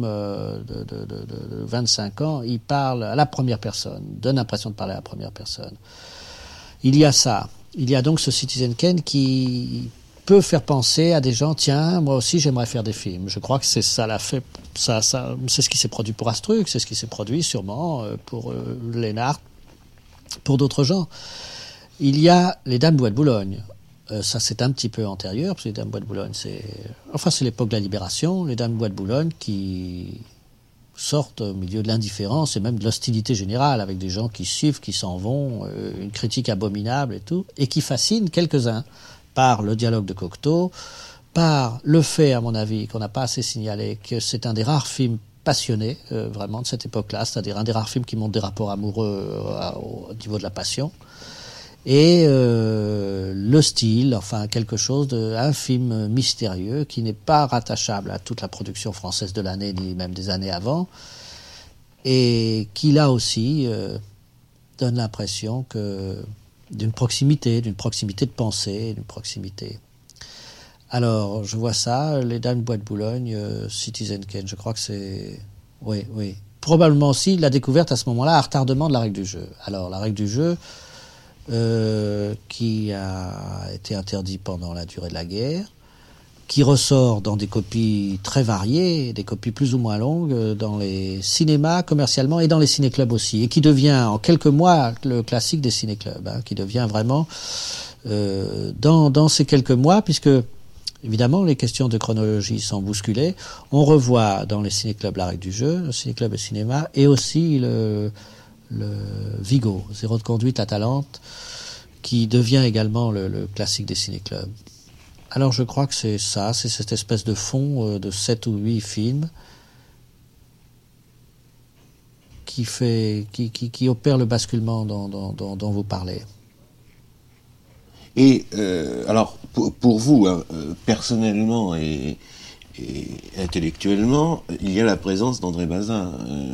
de 25 ans, il parle à la première personne, donne l'impression de parler à la première personne. Il y a ça. Il y a donc ce Citizen Kane qui peut faire penser à des gens, tiens, moi aussi j'aimerais faire des films. Je crois que c'est ça c'est ce qui s'est produit pour Astruc, c'est ce qui s'est produit sûrement pour Lénart, pour d'autres gens. Il y a Les Dames du Bois de Boulogne. Ça, c'est un petit peu antérieur, parce que Les Dames du Bois de Boulogne, c'est l'époque de la Libération. Les Dames du Bois de Boulogne qui sortent au milieu de l'indifférence et même de l'hostilité générale, avec des gens qui suivent, qui s'en vont, une critique abominable et tout, et qui fascinent quelques-uns par le dialogue de Cocteau, par le fait, à mon avis, qu'on n'a pas assez signalé, que c'est un des rares films passionnés, vraiment, de cette époque-là, c'est-à-dire un des rares films qui montre des rapports amoureux au niveau de la passion. Et le style, enfin quelque chose un film mystérieux qui n'est pas rattachable à toute la production française de l'année ni même des années avant, et qui là aussi donne l'impression d'une proximité de pensée, d'une proximité. Alors je vois ça, Les Dames du Bois de Boulogne, Citizen Kane, je crois que c'est... Oui. Probablement aussi la découverte à ce moment-là, à retardement de la règle du jeu. Alors la règle du jeu... qui a été interdit pendant la durée de la guerre, qui ressort dans des copies très variées, des copies plus ou moins longues, dans les cinémas commercialement et dans les ciné-clubs aussi, et qui devient en quelques mois le classique des ciné-clubs, hein, qui devient vraiment dans ces quelques mois, puisque évidemment les questions de chronologie sont bousculées. On revoit dans les ciné-clubs la règle du jeu, le ciné-club et cinéma, et aussi le Vigo, Zéro de conduite, Atalante, qui devient également le classique des ciné-clubs. Alors je crois que c'est ça, c'est cette espèce de fond de 7 ou 8 films qui opère le basculement dont vous parlez. Et alors, pour vous, personnellement et intellectuellement, il y a la présence d'André Bazin.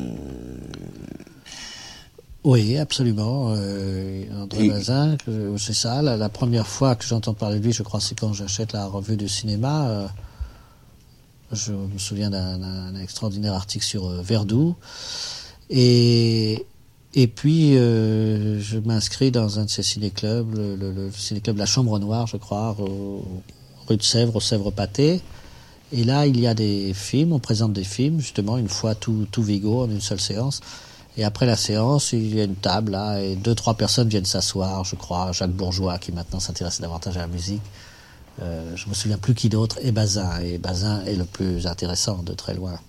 Oui, absolument. André Bazin, c'est ça. La première fois que j'entends parler de lui, je crois, c'est quand j'achète la revue du cinéma. Je me souviens d'un extraordinaire article sur Verdoux. Et puis, je m'inscris dans un de ces ciné-clubs, le ciné-club La Chambre Noire, je crois, rue de Sèvres, au Sèvres-Pâté. Et là, il y a des films, on présente des films, justement, une fois tout Vigo, en une seule séance. Et après la séance, il y a une table, là, et 2-3 personnes viennent s'asseoir, je crois, Jacques Bourgeois, qui maintenant s'intéresse davantage à la musique. Je me souviens plus qui d'autre, et Bazin. Et Bazin est le plus intéressant, de très loin.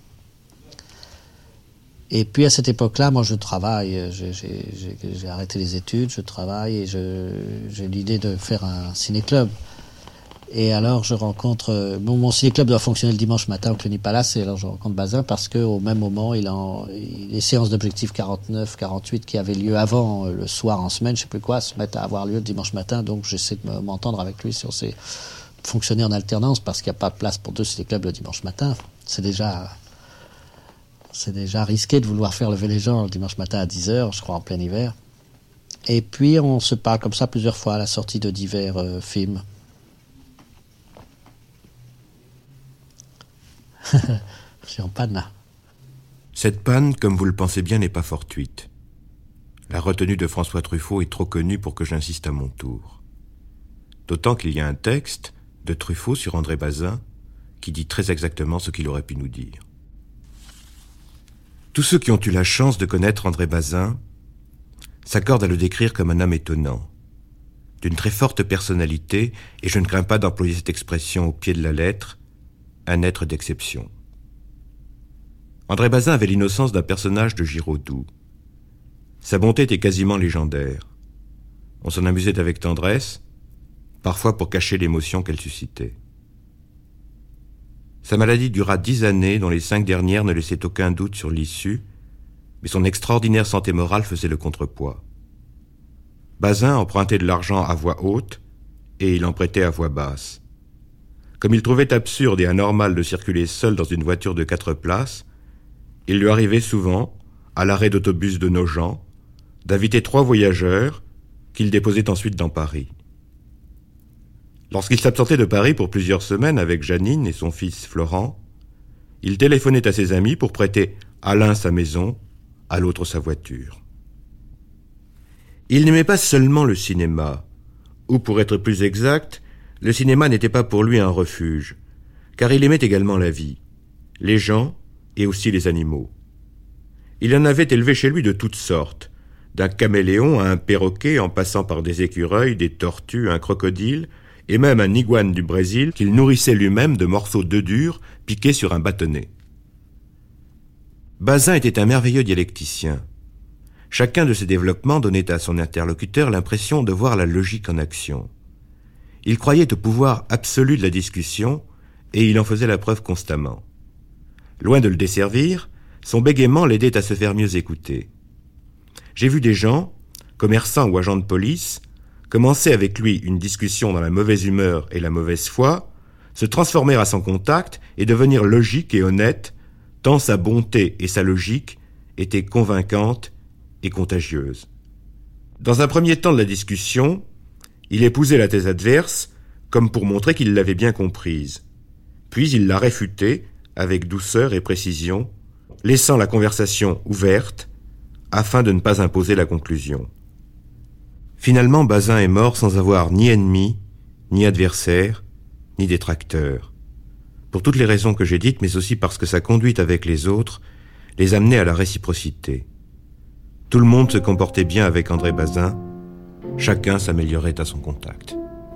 Et puis à cette époque-là, moi je travaille, j'ai arrêté les études, je travaille, et j'ai l'idée de faire un ciné-club. Et alors je rencontre... mon ciné-club doit fonctionner le dimanche matin au Cluny Palace, et alors je rencontre Bazin parce qu'au même moment, les séances d'Objectif 49, 48 qui avaient lieu avant, le soir en semaine, je sais plus quoi, se mettent à avoir lieu le dimanche matin, donc j'essaie de m'entendre avec lui sur ces... fonctionner en alternance, parce qu'il n'y a pas de place pour 2 ciné-clubs le dimanche matin. C'est déjà risqué de vouloir faire lever les gens le dimanche matin à 10h, je crois, en plein hiver. Et puis, on se parle comme ça plusieurs fois à la sortie de divers films. Je suis en panne, là. Cette panne, comme vous le pensez bien, n'est pas fortuite. La retenue de François Truffaut est trop connue pour que j'insiste à mon tour. D'autant qu'il y a un texte de Truffaut sur André Bazin qui dit très exactement ce qu'il aurait pu nous dire. Tous ceux qui ont eu la chance de connaître André Bazin s'accordent à le décrire comme un homme étonnant, d'une très forte personnalité, et je ne crains pas d'employer cette expression au pied de la lettre, un être d'exception. André Bazin avait l'innocence d'un personnage de Giraudoux. Sa bonté était quasiment légendaire. On s'en amusait avec tendresse, parfois pour cacher l'émotion qu'elle suscitait. Sa maladie dura 10 années, dont les 5 dernières ne laissaient aucun doute sur l'issue, mais son extraordinaire santé morale faisait le contrepoids. Bazin empruntait de l'argent à voix haute, et il en prêtait à voix basse. Comme il trouvait absurde et anormal de circuler seul dans une voiture de 4 places, il lui arrivait souvent, à l'arrêt d'autobus de Nogent, d'inviter 3 voyageurs qu'il déposait ensuite dans Paris. Lorsqu'il s'absentait de Paris pour plusieurs semaines avec Janine et son fils Florent, il téléphonait à ses amis pour prêter à l'un sa maison, à l'autre sa voiture. Il n'aimait pas seulement le cinéma, ou pour être plus exact, le cinéma n'était pas pour lui un refuge, car il aimait également la vie, les gens et aussi les animaux. Il en avait élevé chez lui de toutes sortes, d'un caméléon à un perroquet en passant par des écureuils, des tortues, un crocodile, et même un iguane du Brésil qu'il nourrissait lui-même de morceaux d'œufs durs piqués sur un bâtonnet. Bazin était un merveilleux dialecticien. Chacun de ses développements donnait à son interlocuteur l'impression de voir la logique en action. Il croyait au pouvoir absolu de la discussion, et il en faisait la preuve constamment. Loin de le desservir, son bégaiement l'aidait à se faire mieux écouter. J'ai vu des gens, commerçants ou agents de police, commencer avec lui une discussion dans la mauvaise humeur et la mauvaise foi, se transformer à son contact et devenir logique et honnête, tant sa bonté et sa logique étaient convaincantes et contagieuses. Dans un premier temps de la discussion, il épousait la thèse adverse, comme pour montrer qu'il l'avait bien comprise. Puis il la réfutait avec douceur et précision, laissant la conversation ouverte, afin de ne pas imposer la conclusion. Finalement, Bazin est mort sans avoir ni ennemi, ni adversaire, ni détracteur. Pour toutes les raisons que j'ai dites, mais aussi parce que sa conduite avec les autres les amenait à la réciprocité. Tout le monde se comportait bien avec André Bazin, chacun s'améliorait à son contact.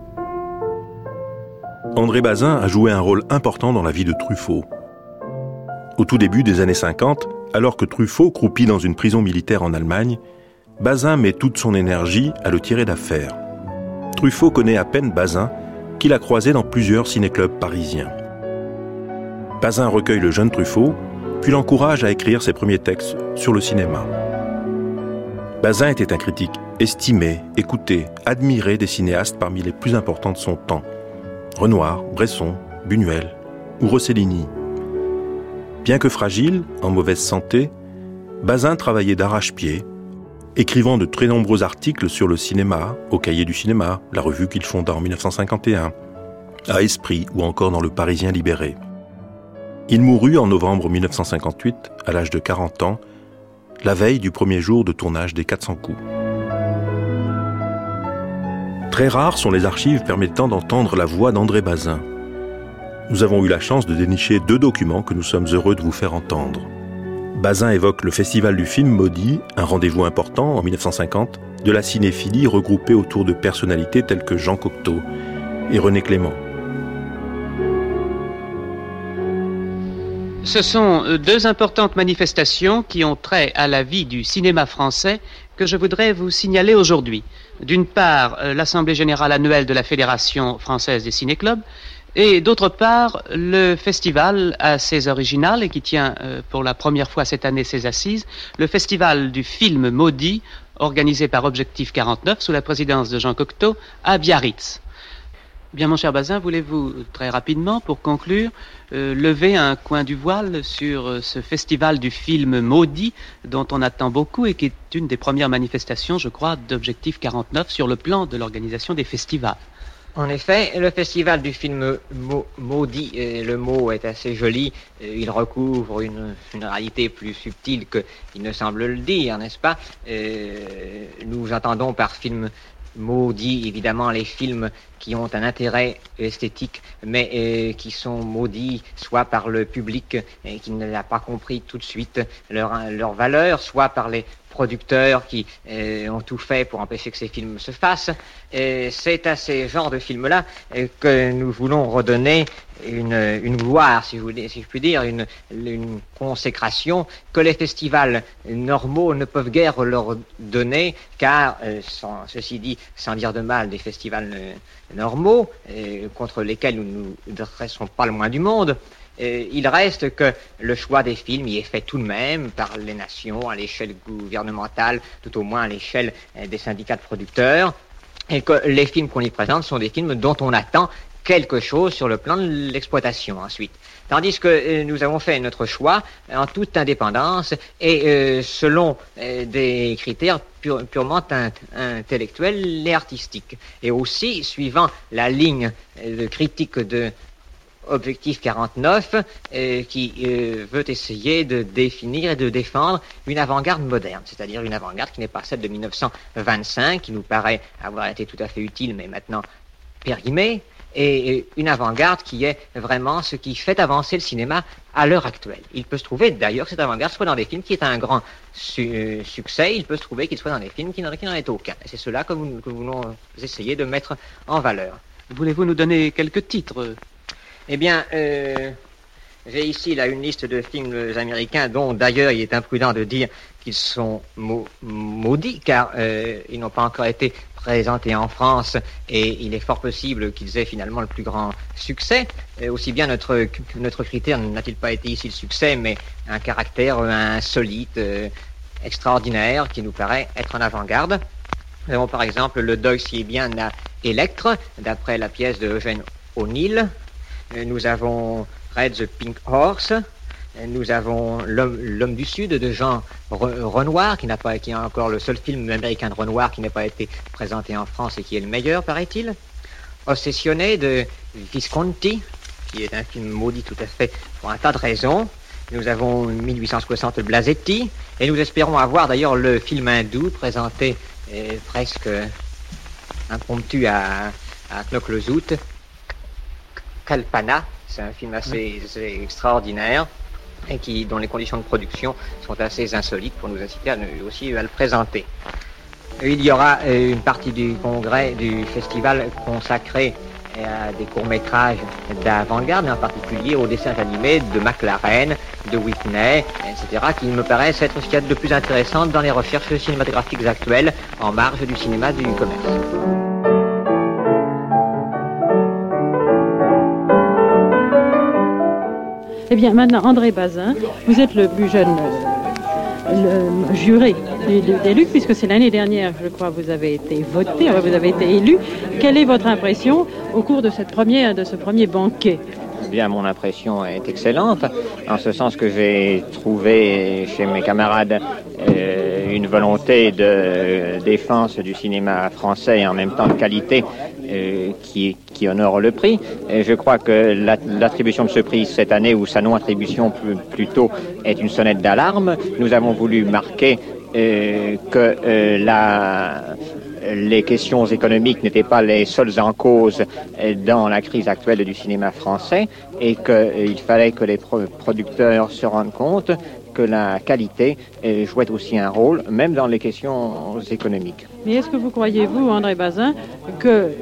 André Bazin a joué un rôle important dans la vie de Truffaut. Au tout début des années 50, alors que Truffaut croupit dans une prison militaire en Allemagne, Bazin met toute son énergie à le tirer d'affaire. Truffaut connaît à peine Bazin, qu'il a croisé dans plusieurs ciné-clubs parisiens. Bazin recueille le jeune Truffaut, puis l'encourage à écrire ses premiers textes sur le cinéma. Bazin était un critique estimé, écouté, admiré des cinéastes parmi les plus importants de son temps. Renoir, Bresson, Buñuel ou Rossellini. Bien que fragile, en mauvaise santé, Bazin travaillait d'arrache-pied, écrivant de très nombreux articles sur le cinéma, au Cahier du cinéma, la revue qu'il fonda en 1951, à Esprit ou encore dans Le Parisien libéré. Il mourut en novembre 1958, à l'âge de 40 ans, la veille du premier jour de tournage des 400 coups. Très rares sont les archives permettant d'entendre la voix d'André Bazin. Nous avons eu la chance de dénicher 2 documents que nous sommes heureux de vous faire entendre. Bazin évoque le Festival du film maudit, un rendez-vous important en 1950 de la cinéphilie regroupée autour de personnalités telles que Jean Cocteau et René Clément. Ce sont 2 importantes manifestations qui ont trait à la vie du cinéma français que je voudrais vous signaler aujourd'hui. D'une part, l'Assemblée générale annuelle de la Fédération française des ciné-clubs, et d'autre part, le festival assez original et qui tient pour la première fois cette année ses assises, le festival du film maudit, organisé par Objectif 49 sous la présidence de Jean Cocteau à Biarritz. Bien, mon cher Bazin, voulez-vous, très rapidement, pour conclure, lever un coin du voile sur ce festival du film maudit dont on attend beaucoup et qui est une des premières manifestations, je crois, d'Objectif 49 sur le plan de l'organisation des festivals? En effet, le festival du film maudit, le mot est assez joli, il recouvre une réalité plus subtile qu'il ne semble le dire, n'est-ce pas? Nous entendons par film maudit, évidemment, les films qui ont un intérêt esthétique, mais qui sont maudits soit par le public qui ne l'a pas compris tout de suite leur valeur, soit par les producteurs qui ont tout fait pour empêcher que ces films se fassent. C'est à ces genres de films-là que nous voulons redonner une gloire, si je puis dire, une consécration que les festivals normaux ne peuvent guère leur donner, car, ceci dit, sans dire de mal des festivals normaux, contre lesquels nous ne dressons pas le moins du monde, il reste que le choix des films y est fait tout de même par les nations, à l'échelle gouvernementale, tout au moins à l'échelle des syndicats de producteurs, et que les films qu'on y présente sont des films dont on attend quelque chose sur le plan de l'exploitation ensuite. Tandis que nous avons fait notre choix en toute indépendance et selon des critères purement intellectuels et artistiques. Et aussi suivant la ligne de critique de Objectif 49 qui veut essayer de définir et de défendre une avant-garde moderne, c'est-à-dire une avant-garde qui n'est pas celle de 1925, qui nous paraît avoir été tout à fait utile, mais maintenant périmée, et une avant-garde qui est vraiment ce qui fait avancer le cinéma à l'heure actuelle. Il peut se trouver d'ailleurs que cette avant-garde soit dans des films qui est un grand succès, il peut se trouver qu'il soit dans des films qui n'en est aucun. Et c'est cela que nous voulons essayer de mettre en valeur. Voulez-vous nous donner quelques titres ? Eh bien, j'ai ici là une liste de films américains dont d'ailleurs il est imprudent de dire qu'ils sont maudits, car ils n'ont pas encore été présentés en France et il est fort possible qu'ils aient finalement le plus grand succès. Aussi bien notre critère n'a-t-il pas été ici le succès, mais un caractère insolite, extraordinaire, qui nous paraît être en avant-garde. Nous avons par exemple Le deuil si bien à Electre, d'après la pièce de Eugène O'Neill. Nous avons Red the Pink Horse. Nous avons L'homme du Sud de Jean Renoir, qui est encore le seul film américain de Renoir qui n'a pas été présenté en France et qui est le meilleur, paraît-il. Obsessionné de Visconti, qui est un film maudit tout à fait pour un tas de raisons. Nous avons 1860 Blasetti, et nous espérons avoir d'ailleurs le film hindou présenté presque impromptu à Knokke-le-Zout, Kalpana. C'est un film assez extraordinaire et dont les conditions de production sont assez insolites pour nous inciter aussi à le présenter. Il y aura une partie du congrès, du festival consacrée à des courts-métrages d'avant-garde, et en particulier aux dessins animés de McLaren, de Whitney, etc., qui me paraissent être ce qu'il y a de plus intéressant dans les recherches cinématographiques actuelles en marge du cinéma du commerce. Eh bien, maintenant, André Bazin, vous êtes le plus jeune juré des Lucs, puisque c'est l'année dernière, je crois, vous avez été voté, vous avez été élu. Quelle est votre impression au cours de ce premier banquet ? Eh bien, mon impression est excellente, en ce sens que j'ai trouvé chez mes camarades une volonté de défense du cinéma français et en même temps de qualité qui honore le prix. Et je crois que l'attribution de ce prix cette année, ou sa non-attribution plutôt, est une sonnette d'alarme. Nous avons voulu marquer que les questions économiques n'étaient pas les seules en cause dans la crise actuelle du cinéma français et qu'il fallait que les producteurs se rendent compte que la qualité jouait aussi un rôle, même dans les questions économiques. Mais est-ce que vous croyez, vous, André Bazin, que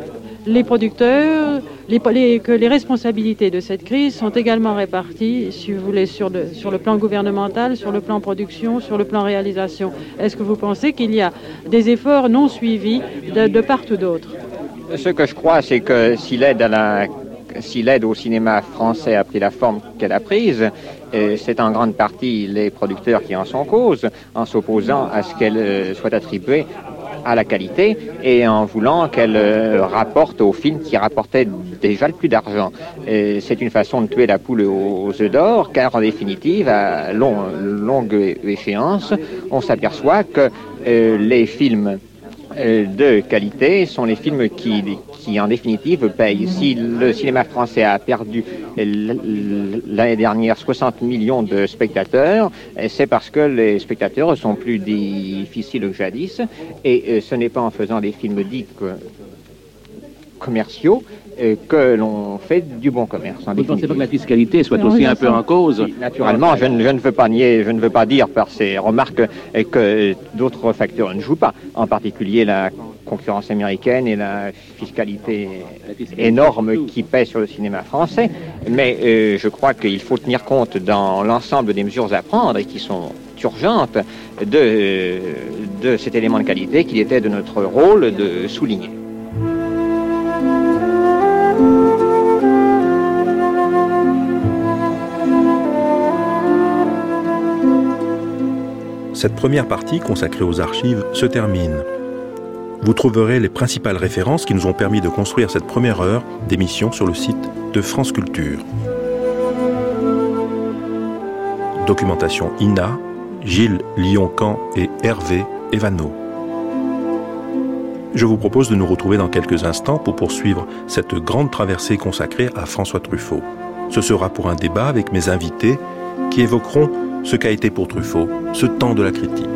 les producteurs, que les responsabilités de cette crise sont également réparties, si vous voulez, sur le plan gouvernemental, sur le plan production, sur le plan réalisation. Est-ce que vous pensez qu'il y a des efforts non suivis de part ou d'autre? Ce que je crois, c'est que si l'aide au cinéma français a pris la forme qu'elle a prise, c'est en grande partie les producteurs qui en sont cause, en s'opposant à ce qu'elle soit attribuée à la qualité et en voulant qu'elle rapporte aux films qui rapportaient déjà le plus d'argent. C'est une façon de tuer la poule aux œufs d'or, car en définitive, à longue échéance, on s'aperçoit que les films de qualité sont les films qui en définitive payent. Si le cinéma français a perdu l'année dernière 60 millions de spectateurs, c'est parce que les spectateurs sont plus difficiles que jadis, et ce n'est pas en faisant des films dits commerciaux que l'on fait du bon commerce. Vous ne pensez pas que la fiscalité soit aussi un peu en cause? Naturellement, je ne veux pas nier, je ne veux pas dire par ces remarques que d'autres facteurs ne jouent pas, en particulier la concurrence américaine et la fiscalité énorme qui pèse sur le cinéma français, mais je crois qu'il faut tenir compte dans l'ensemble des mesures à prendre et qui sont urgentes de cet élément de qualité qu'il était de notre rôle de souligner. Cette première partie consacrée aux archives se termine. Vous trouverez les principales références qui nous ont permis de construire cette première heure d'émission sur le site de France Culture. Documentation INA, Gilles Lyon-Camp et Hervé Evano. Je vous propose de nous retrouver dans quelques instants pour poursuivre cette grande traversée consacrée à François Truffaut. Ce sera pour un débat avec mes invités qui évoqueront ce qu'a été pour Truffaut ce temps de la critique.